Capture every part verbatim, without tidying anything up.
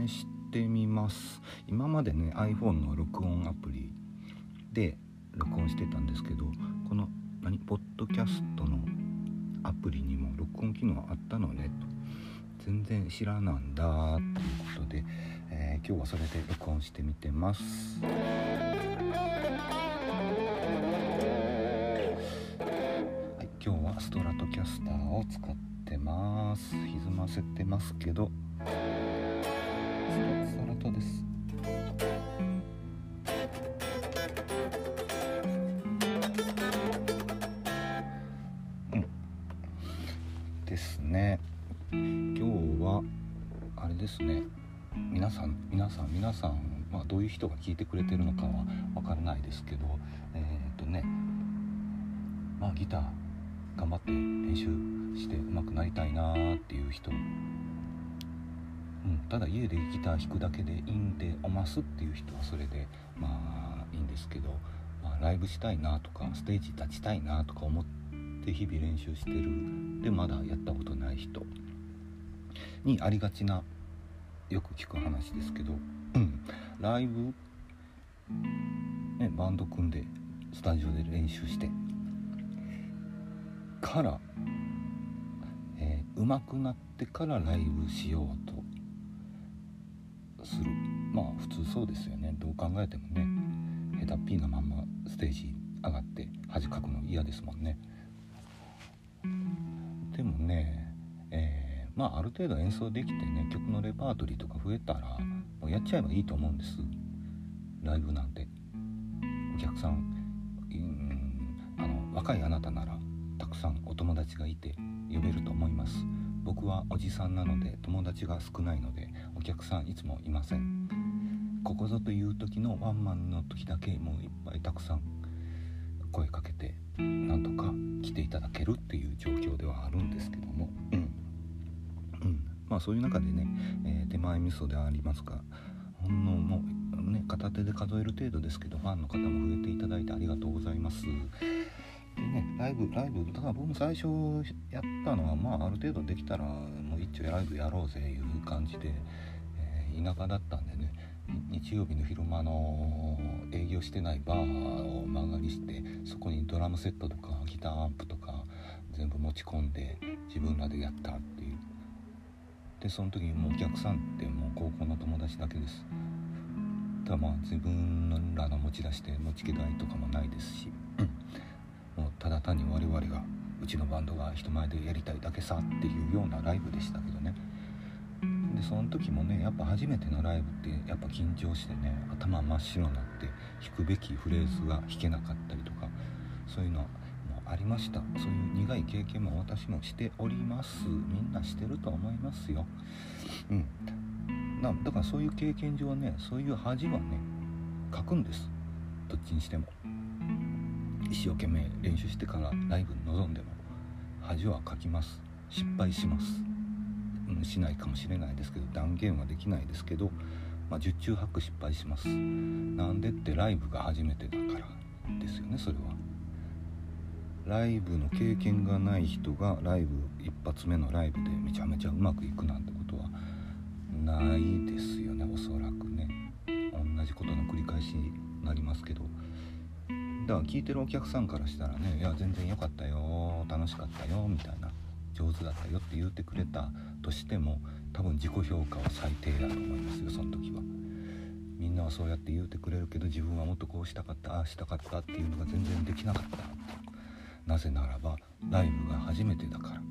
試してみます。今までね iPhone の録音アプリで録音してたんですけど、この何ポッドキャストのアプリにも録音機能あったのねと、全然知らなんだっていうことで、えー、今日はそれで録音してみてます。はい、今日はストラトキャスターを使ってます。歪ませてますけどストラトです。うんですね。今日はあれですね、皆さん皆さん皆さん、まあ、どういう人が聞いてくれてるのかは分からないですけど、えっとねまあギター頑張って練習して上手くなりたいなっていう人、うん、ただ家でギター弾くだけでいいんでおますっていう人はそれでまあいいんですけど、まあ、ライブしたいなとかステージ立ちたいなとか思って日々練習してるでまだやったことない人にありがちなよく聞く話ですけど、うん、ライブ、ね、バンド組んでスタジオで練習してから、えー、上手くなってからライブしようとする。まあ普通そうですよね。どう考えてもね、ヘタっぴーなまんまステージ上がって恥かくの嫌ですもんね。でもね、えー、まあある程度演奏できてね、曲のレパートリーとか増えたらもうやっちゃえばいいと思うんです。ライブなんてお客さん、うん、あの若いあなたならたくさんお友達がいて呼べると思います。僕はおじさんなので友達が少ないのでお客さんいつもいません。ここぞという時のワンマンの時だけもういっぱいたくさん声かけてなんとか来ていただけるっていう状況ではあるんですけども、うん、うん、まあそういう中でね、えー、手前味噌でありますが、ほんのもうね片手で数える程度ですけどファンの方も増えていただいてありがとうございます。でね、ライブライブだから僕も最初やったのはまあある程度できたらもう一丁ライブやろうぜいう感じで、えー、田舎だったんでね、日曜日の昼間の営業してないバーを間借りしてそこにドラムセットとかギターアンプとか全部持ち込んで自分らでやったっていう。でその時にもうお客さんってもう高校の友達だけです。ただまあ自分らの持ち出して持ち家代とかもないですし、もうただ単に我々がうちのバンドが人前でやりたいだけさっていうようなライブでしたけどね。でその時もねやっぱ初めてのライブってやっぱ緊張してね頭真っ白になって弾くべきフレーズが弾けなかったりとかそういうのもありました。そういう苦い経験も私もしております。みんなしてると思いますよ。うんなだからそういう経験上ねそういう恥はね書くんです。どっちにしても一生懸命練習してからライブに臨んでも恥はかきます。失敗します、うん、しないかもしれないですけど断言はできないですけど、まあ、十中八九失敗します。なんでってライブが初めてだからですよね。それはライブの経験がない人がライブ一発目のライブでめちゃめちゃうまくいくなんてことはないですよね。おそらくね同じことの繰り返しになりますけど、だから聞いてるお客さんからしたらね、いや全然良かったよ楽しかったよみたいな上手だったよって言ってくれたとしても多分自己評価は最低だと思いますよ。その時はみんなはそうやって言ってくれるけど自分はもっとこうしたかったああしたかったっていうのが全然できなかった。なぜならばライブが初めてだから。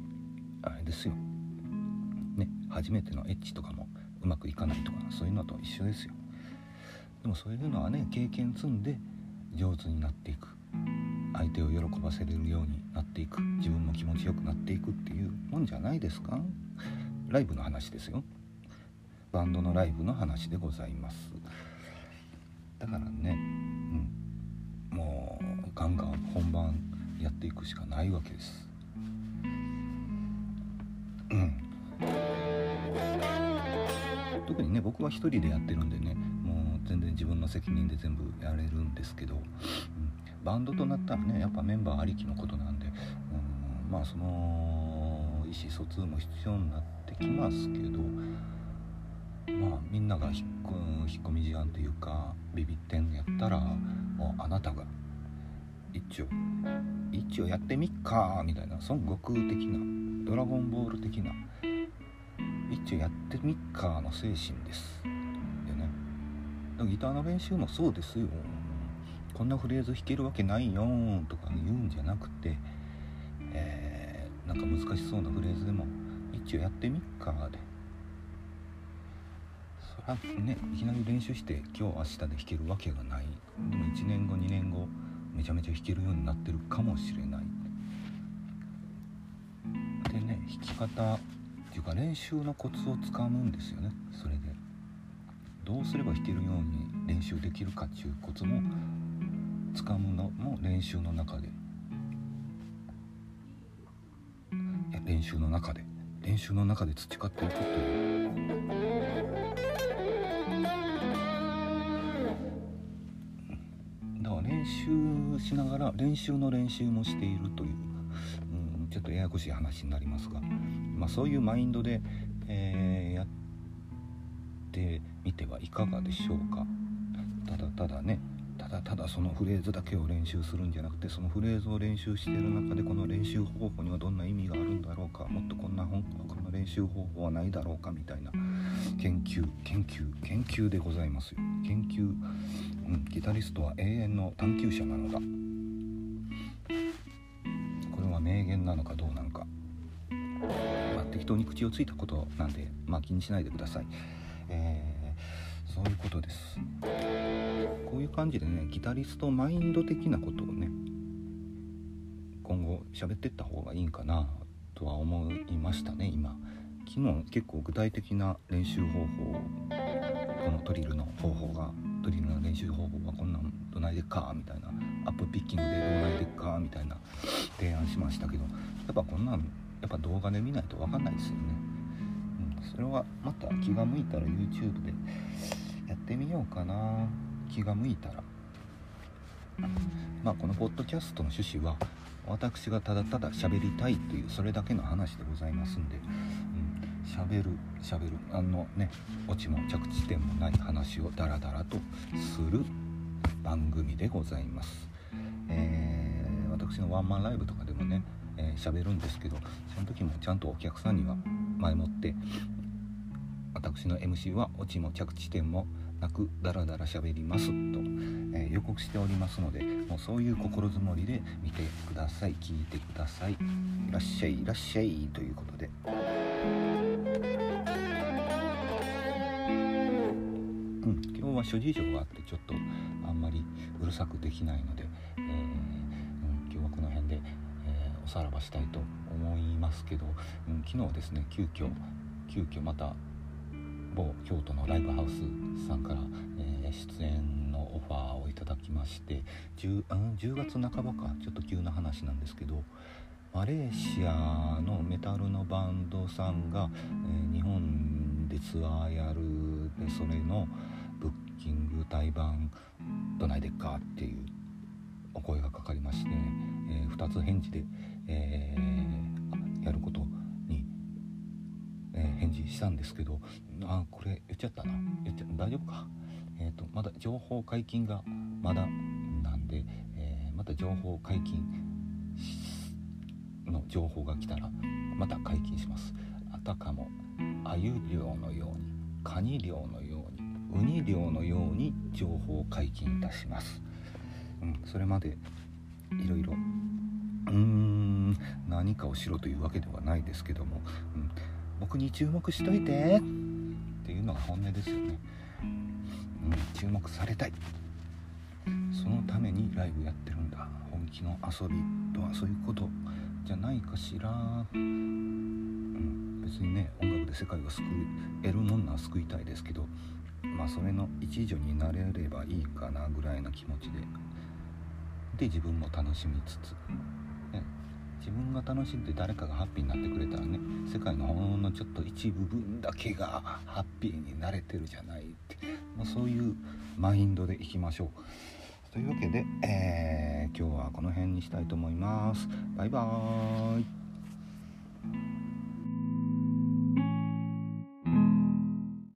あれですよね、初めてのエッチとかもうまくいかないとかそういうのと一緒ですよ。でもそういうのはね経験積んで上手になっていく、相手を喜ばせれるようになっていく、自分も気持ちよくなっていくっていうもんじゃないですか。ライブの話ですよ。バンドのライブの話でございます。だからね、うん、もうガンガン本番やっていくしかないわけです。うん。特にね僕は一人でやってるんでねもう全然自分の責任で全部やれるんですけど、うん、バンドとなったらねやっぱメンバーありきのことなんで、うん、まあその意思疎通も必要になってきますけど、 まあみんなが引っ込み思案というかビビってんのやったら、もうあなたが一応一応やってみっかみたいな、孫悟空的な、ドラゴンボール的な一応やってみっかの精神ですでね。ギターの練習もそうですよ。こんなフレーズ弾けるわけないよとか言うんじゃなくて、えー、なんか難しそうなフレーズでも一応やってみっかで、そらね、いきなり練習して今日明日で弾けるわけがない。でもいちねんごにねんごめちゃめちゃ弾けるようになってるかもしれないでね、弾き方っていうか練習のコツをつかむんですよね。それでどうすれば弾けるように練習できるかっていうコツもつかむのも練習の中で、いや練習の中で練習の中で培っていくという、だから練習しながら練習の練習もしているという、うん、ちょっとややこしい話になりますが、まあ、そういうマインドで、えー、やってみてはいかがでしょうか。ただただねただただそのフレーズだけを練習するんじゃなくて、そのフレーズを練習している中でこの練習方法にはどんな意味があるんだろうか、もっとこんな本この練習方法はないだろうかみたいな研究研究研究でございますよ。研究、うん、ギタリストは永遠の探求者なのだ。これは名言なのかどうなのか、まあ、適当に口をついたことなんで、まあ、気にしないでください。えーそういうことです。こういう感じでね、ギタリストマインド的なことをね、今後喋っていった方がいいんかなとは思いましたね。今昨日結構具体的な練習方法、このトリルの方法がトリルの練習方法はこんなんどないでっかみたいな、アップピッキングでどないでっかみたいな提案しましたけど、やっぱこんなんやっぱ動画で見ないと分かんないですよね。うん、それはまた気が向いたら YouTube でやってみようかな。気が向いたら、まあこのポッドキャストの趣旨は私がただただ喋りたいというそれだけの話でございますんで、うん、喋る喋るあのね、オチも着地点もない話をダラダラとする番組でございます。えー、私のワンマンライブとかでもね、えー、喋るんですけど、その時もちゃんとお客さんには前もって私の エムシー はオチも着地点もなくダラダラ喋りますと、えー、予告しておりますので、もうそういう心づもりで見てください、聞いてください。いらっしゃいいらっしゃいということで、うん、今日は諸事情があってちょっとあんまりうるさくできないので、えーうん、今日はこの辺で、えー、おさらばしたいと思いますけど、うん、昨日ですね、急遽急遽また某京都のライブハウスさんから、えー、出演のオファーをいただきまして、 10, うん、じゅうがつなかばか、ちょっと急な話なんですけど、マレーシアのメタルのバンドさんが、えー、日本でツアーやるで、それのブッキング対バンどないでっかっていうお声がかかりまして、ねえー、ふたつ返事で、えー、やることに、えー、返事したんですけど、あ、これ言っちゃったな、言っちゃ大丈夫か、えーと、まだ情報解禁がまだなんで、えー、また情報解禁の情報が来たらまた解禁します。あたかも鮎漁のように、カニ漁のように、ウニ漁のように情報解禁いたします。うん、それまでいろいろうーん何かをしろというわけではないですけども、うん、僕に注目しといてっていうのが本音ですよね。うん、注目されたい、そのためにライブやってるんだ。本気の遊びとはそういうことじゃないかしら。うん、別にね、音楽で世界を救えるもんなら救いたいですけど、まあそれの一助になれればいいかなぐらいな気持ちで、で自分も楽しみつつ、ね、自分が楽しんで誰かがハッピーになってくれたらね、世界のほんのちょっと一部分だけがハッピーになれてるじゃないって、もうそういうマインドでいきましょう。というわけで、えー、今日はこの辺にしたいと思います。バイバーイ。